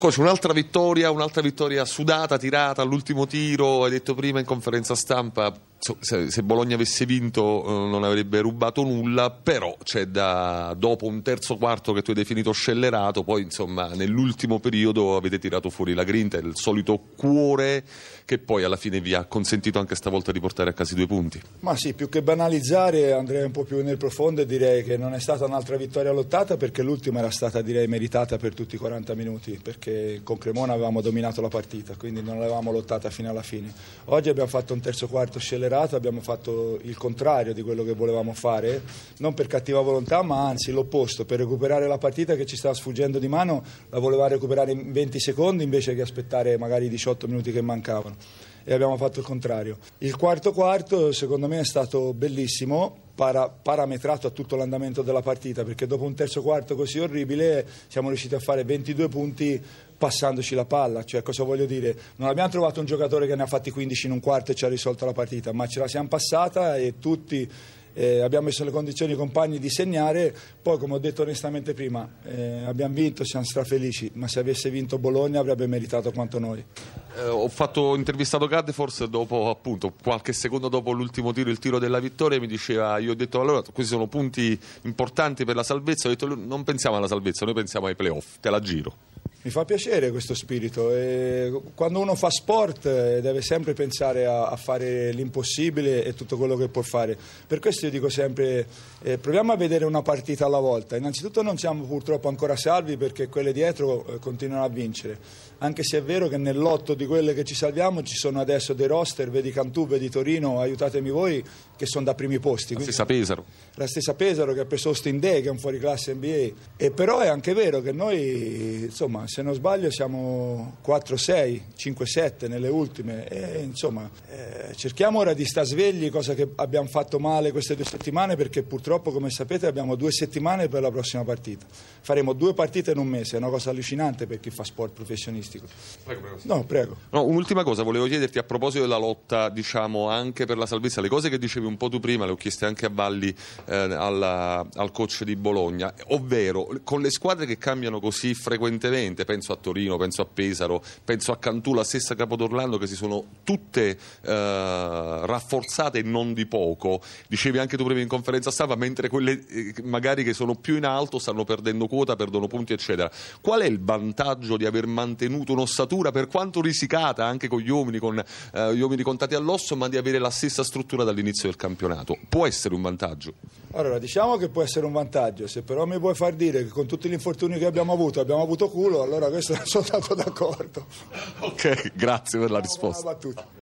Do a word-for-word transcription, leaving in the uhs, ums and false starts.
Coach, un'altra vittoria, un'altra vittoria sudata, tirata all'ultimo tiro. Hai detto prima in conferenza stampa, se, se Bologna avesse vinto eh, non avrebbe rubato nulla, però c'è da dopo un terzo quarto che tu hai definito scellerato, poi insomma nell'ultimo periodo avete tirato fuori la grinta, il solito cuore che poi alla fine vi ha consentito anche stavolta di portare a casa i due punti. Ma sì, più che banalizzare andrei un po' più nel profondo e direi che non è stata un'altra vittoria lottata, perché l'ultima era stata, direi, meritata per tutti i quaranta minuti, perché con Cremona avevamo dominato la partita, quindi non l'avevamo lottata fino alla fine. Oggi abbiamo fatto un terzo quarto scellerato, abbiamo fatto il contrario di quello che volevamo fare, non per cattiva volontà ma anzi l'opposto, per recuperare la partita che ci stava sfuggendo di mano. La voleva recuperare in venti secondi invece che aspettare magari i diciotto minuti che mancavano, e abbiamo fatto il contrario. Il quarto quarto secondo me è stato bellissimo, para, parametrato a tutto l'andamento della partita, perché dopo un terzo quarto così orribile siamo riusciti a fare ventidue punti passandoci la palla. Cioè, cosa voglio dire? Non abbiamo trovato un giocatore che ne ha fatti quindici in un quarto e ci ha risolto la partita, ma ce la siamo passata e tutti Eh, abbiamo messo le condizioni ai compagni di segnare. Poi, come ho detto onestamente prima, eh, abbiamo vinto, siamo strafelici, ma se avesse vinto Bologna avrebbe meritato quanto noi. Eh, ho fatto ho intervistato Gad forse dopo, appunto, qualche secondo dopo l'ultimo tiro, il tiro della vittoria, mi diceva, io ho detto allora questi sono punti importanti per la salvezza, ho detto non pensiamo alla salvezza, noi pensiamo ai playoff, te la giro. Mi fa piacere questo spirito, e quando uno fa sport deve sempre pensare a, a fare l'impossibile e tutto quello che può fare. Per questo io dico sempre, eh, proviamo a vedere una partita alla volta. Innanzitutto non siamo purtroppo ancora salvi, perché quelle dietro eh, continuano a vincere, anche se è vero che nel lotto di quelle che ci salviamo ci sono adesso dei roster, vedi Cantù, vedi Torino, aiutatemi voi, che sono da primi posti. La stessa Pesaro. La stessa Pesaro che ha preso Austin Day, che è un fuoriclasse N B A. E però è anche vero che noi, insomma, se non sbaglio siamo quattro sei, cinque sette nelle ultime, e insomma eh, cerchiamo ora di sta svegli, cosa che abbiamo fatto male queste due settimane, perché purtroppo, come sapete, abbiamo due settimane per la prossima partita. Faremo due partite in un mese, è una cosa allucinante per chi fa sport professionistico. Prego, prego. No, prego. No, un'ultima cosa volevo chiederti a proposito della lotta, diciamo, anche per la salvezza. Le cose che dicevi un po' tu prima le ho chieste anche a Valli, eh, alla, al coach di Bologna, ovvero con le squadre che cambiano così frequentemente, penso a Torino, penso a Pesaro, penso a Cantù, la stessa Capodorlando, che si sono tutte eh, rafforzate e non di poco. Dicevi anche tu prima in conferenza stampa, mentre quelle eh, magari che sono più in alto stanno perdendo quota, perdono punti eccetera. Qual è il vantaggio di aver mantenuto un'ossatura, per quanto risicata anche con gli uomini, con eh, gli uomini contati all'osso, ma di avere la stessa struttura dall'inizio del campionato? Può essere un vantaggio? Allora, diciamo che può essere un vantaggio. Se però mi vuoi far dire che con tutti gli infortuni che abbiamo avuto abbiamo avuto culo, allora questo sono stato d'accordo. Ok, grazie per la No, risposta. buona battuta.